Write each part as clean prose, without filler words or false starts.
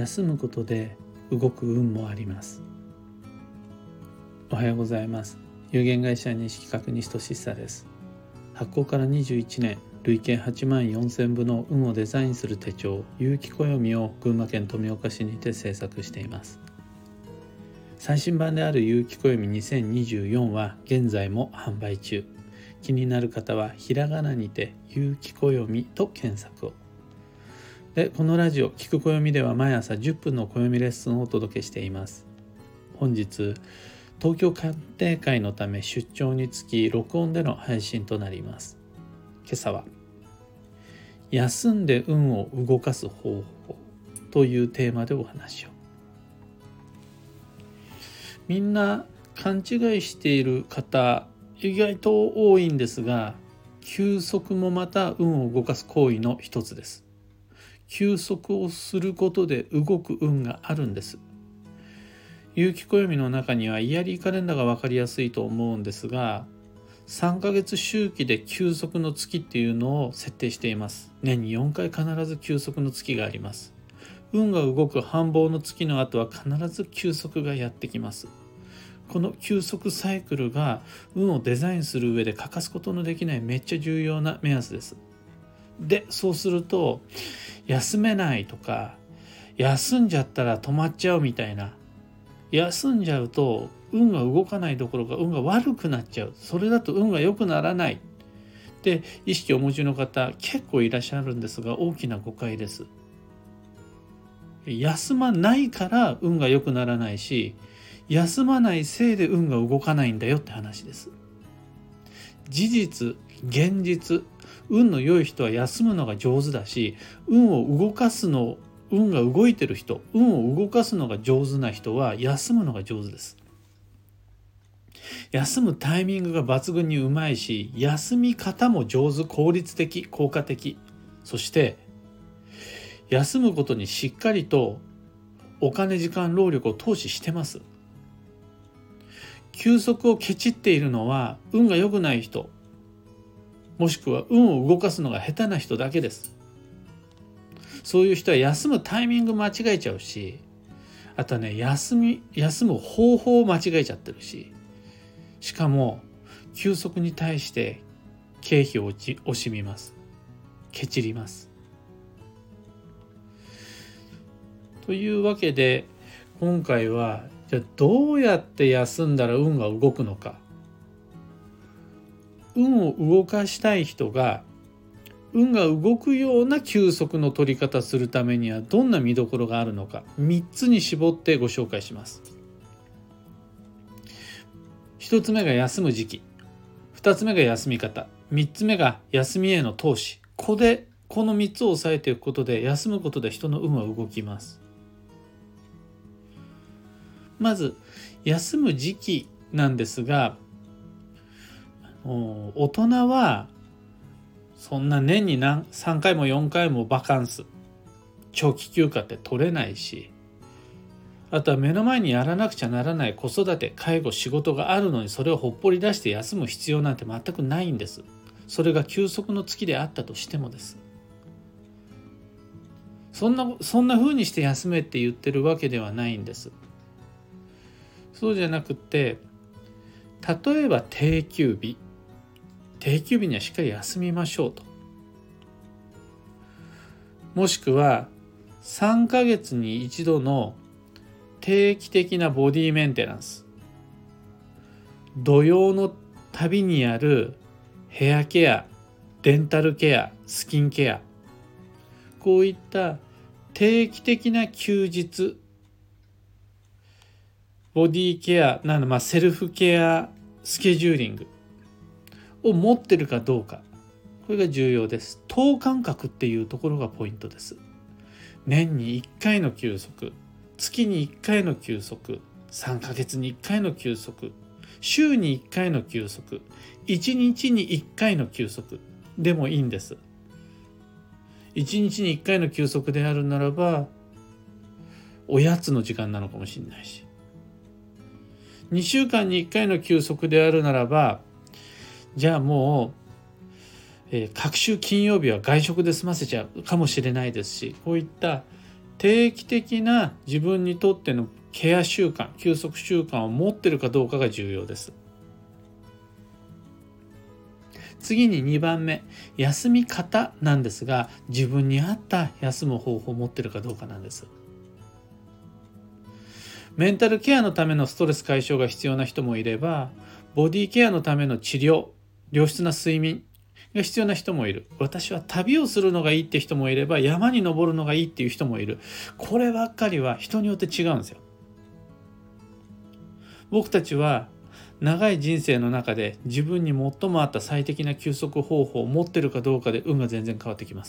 休むことで動く運もあります。おはようございます。有限会社西企画西俊久です。発行から21年、累計8万4000部の運をデザインする手帳有機暦を群馬県富岡市にて制作しています。最新版である有機暦2024は現在も販売中。気になる方はひらがなにて有機暦と検索を。で、このラジオ聞く暦では毎朝10分の暦レッスンをお届けしています。本日東京鑑定会のため出張につき録音での配信となります。今朝は休んで運を動かす方法というテーマでお話を。みんな勘違いしている方意外と多いんですが、休息もまた運を動かす行為の一つです。休息をすることで動く運があるんです。有機暦の中にはイヤリーカレンダーが分かりやすいと思うんですが、3ヶ月周期で休息の月っていうのを設定しています。年に4回必ず休息の月があります。運が動く繁忙の月の後は必ず休息がやってきます。この休息サイクルが運をデザインする上で欠かすことのできないめっちゃ重要な目安です。で、そうすると休めないとか、休んじゃったら止まっちゃうみたいな、休んじゃうと運が動かないどころか運が悪くなっちゃう、それだと運が良くならないって意識をお持ちの方結構いらっしゃるんですが、大きな誤解です。休まないから運が良くならないし、休まないせいで運が動かないんだよって話です。事実、現実、運の良い人は休むのが上手だし、運が動いてる人、運を動かすのが上手な人は休むのが上手です。休むタイミングが抜群にうまいし、休み方も上手、効率的、効果的。そして休むことにしっかりとお金、時間、労力を投資してます。休息をケチっているのは運が良くない人、もしくは運を動かすのが下手な人だけです。そういう人は休むタイミング間違えちゃうし、あとはね、休む方法を間違えちゃってるし、しかも休息に対して経費を惜しみます。ケチります。というわけで今回は、じゃあどうやって休んだら運が動くのか。運を動かしたい人が運が動くような休息の取り方するためにはどんな見どころがあるのか、3つに絞ってご紹介します。1つ目が休む時期、2つ目が休み方、3つ目が休みへの投資。この3つを押さえていくことで、休むことで人の運は動きます。まず休む時期なんですが、大人はそんな年に3回も4回もバカンス、長期休暇って取れないし、あとは目の前にやらなくちゃならない子育て、介護、仕事があるのに、それをほっぽり出して休む必要なんて全くないんです。それが休息の月であったとしてもです。そんな風にして休めって言ってるわけではないんです。そうじゃなくて、例えば定休日にはしっかり休みましょうと。もしくは3ヶ月に一度の定期的なボディメンテナンス、土曜の旅にあるヘアケア、デンタルケア、スキンケア、こういった定期的な休日、ボディケアなど、セルフケアスケジューリングを持ってるかどうか、これが重要です。等間隔っていうところがポイントです。年に1回の休息、月に1回の休息、3ヶ月に1回の休息、週に1回の休息、1日に1回の休息でもいいんです。1日に1回の休息であるならば、おやつの時間なのかもしれないし、2週間に1回の休息であるならば、じゃあもう、各週金曜日は外食で済ませちゃうかもしれないですし、こういった定期的な自分にとってのケア習慣、休息習慣を持っているかどうかが重要です。次に2番目、休み方なんですが、自分に合った休む方法を持っているかどうかなんです。メンタルケアのためのストレス解消が必要な人もいれば、ボディケアのための治療、良質な睡眠が必要な人もいる。私は旅をするのがいいって人もいれば、山に登るのがいいっていう人もいる。こればっかりは人によって違うんですよ。僕たちは長い人生の中で自分に最も合った最適な休息方法を持っているかどうかで運が全然変わってきます。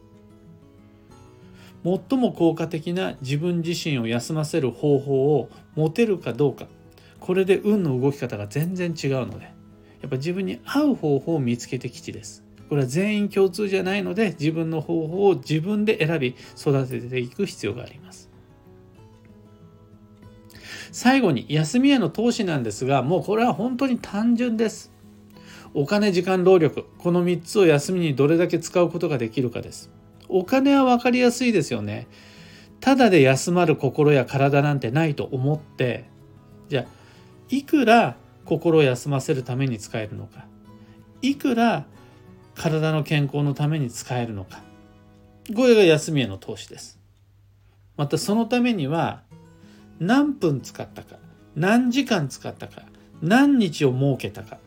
最も効果的な自分自身を休ませる方法を持てるかどうか、これで運の動き方が全然違うので、やっぱ自分に合う方法を見つけて吉です。これは全員共通じゃないので、自分の方法を自分で選び育てていく必要があります。最後に休みへの投資なんですが、もうこれは本当に単純です。お金、時間、労力、この3つを休みにどれだけ使うことができるかです。お金は分かりやすいですよね。ただで休まる心や体なんてないと思って、じゃあいくら心を休ませるために使えるのか、いくら体の健康のために使えるのか、これが休みへの投資です。またそのためには何分使ったか、何時間使ったか、何日を設けたか、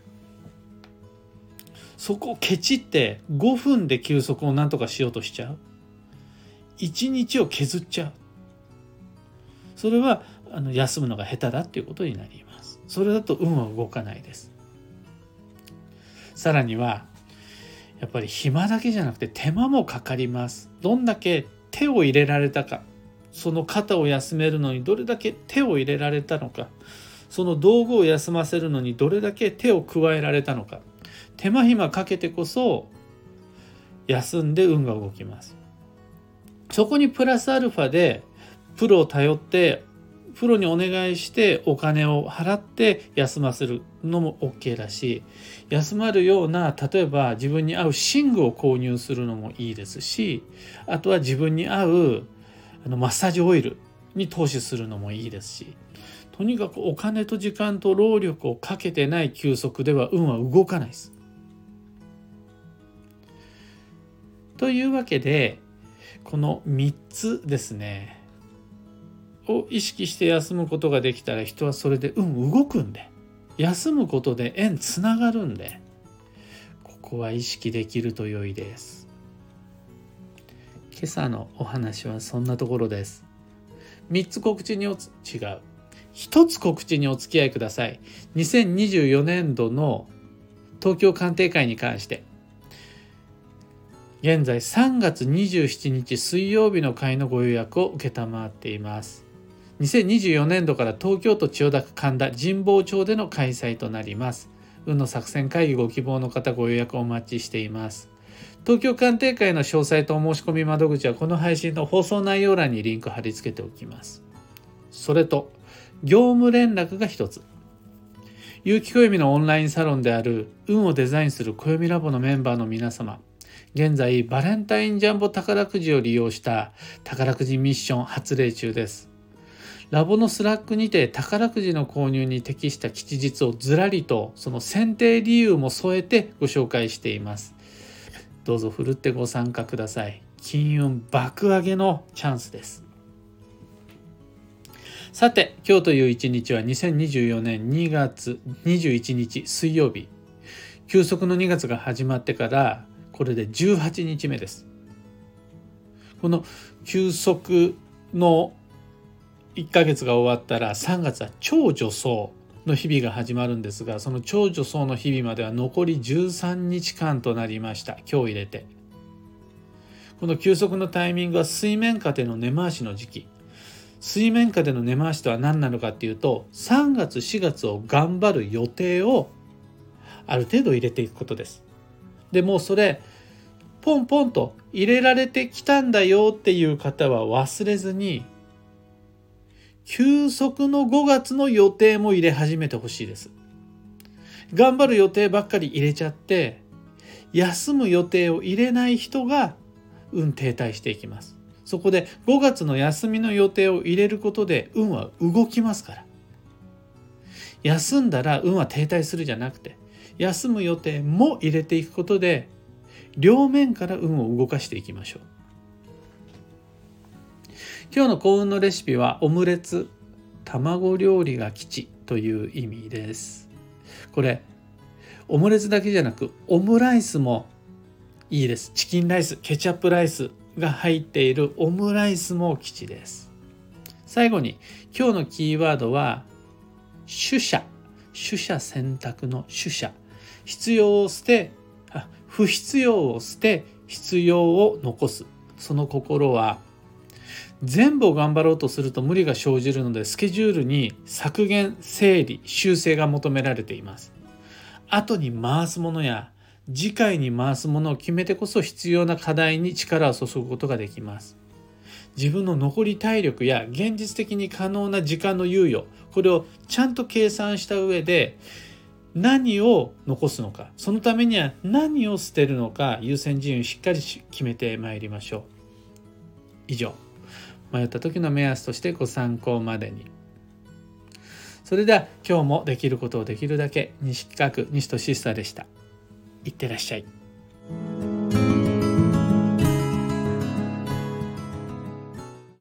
そこをケチって5分で休息を何とかしようとしちゃう。1日を削っちゃう。それは休むのが下手だっていうことになります。それだと運は動かないです。さらにはやっぱり暇だけじゃなくて手間もかかります。どんだけ手を入れられたか、その肩を休めるのにどれだけ手を入れられたのか、その道具を休ませるのにどれだけ手を加えられたのか、手間暇かけてこそ休んで運が動きます。そこにプラスアルファでプロを頼ってプロにお願いしてお金を払って休ませるのも OK だし、休まるような例えば自分に合う寝具を購入するのもいいですし、あとは自分に合うマッサージオイルに投資するのもいいですし、とにかくお金と時間と労力をかけてない休息では運は動かないです。というわけでこの3つですねを意識して休むことができたら、人はそれで運動くんで、休むことで縁つながるんで、ここは意識できると良いです。今朝のお話はそんなところです。3つ告知に違う1つ告知にお付き合いください。2024年度の東京鑑定会に関して、現在3月27日水曜日の会のご予約を承っています。2024年度から東京都千代田区神田神保町での開催となります。運の作戦会議ご希望の方、ご予約お待ちしています。東京鑑定会の詳細とお申し込み窓口はこの配信の放送内容欄にリンク貼り付けておきます。それと業務連絡が一つ。有機暦のオンラインサロンである運をデザインする暦ラボのメンバーの皆様、現在バレンタインジャンボ宝くじを利用した宝くじミッション発令中です。ラボのスラックにて宝くじの購入に適した吉日をずらりと、その選定理由も添えてご紹介しています。どうぞふるってご参加ください。金運爆上げのチャンスです。さて、今日という一日は2024年2月21日水曜日。休息の2月が始まってからこれで18日目です。この休息の1ヶ月が終わったら3月は超助走の日々が始まるんですが、その超助走の日々までは残り13日間となりました。今日入れて。この休息のタイミングは水面下での根回しの時期。水面下での根回しとは何なのかっていうと、3月4月を頑張る予定をある程度入れていくことです。でもうそれポンポンと入れられてきたんだよっていう方は忘れずに、休息の5月の予定も入れ始めてほしいです。頑張る予定ばっかり入れちゃって、休む予定を入れない人が運停滞していきます。 そこで5月の休みの予定を入れることで運は動きますから。休んだら運は停滞するじゃなくて、休む予定も入れていくことで両面から運を動かしていきましょう。今日の幸運のレシピはオムレツ、卵料理が吉という意味です。これオムレツだけじゃなくオムライスもいいです。チキンライス、ケチャップライスが入っているオムライスも吉です。最後に今日のキーワードは取捨。取捨選択の取捨。必要を捨て、不必要を捨て、必要を残す。その心は、全部を頑張ろうとすると無理が生じるので、スケジュールに削減、整理、修正が求められています。後に回すものや次回に回すものを決めてこそ必要な課題に力を注ぐことができます。自分の残り体力や現実的に可能な時間の猶予、これをちゃんと計算した上で何を残すのか、そのためには何を捨てるのか、優先順位をしっかり決めてまいりましょう。以上、迷った時の目安としてご参考までに。それでは今日もできることをできるだけ。西企画西俊久でした。いってらっしゃい。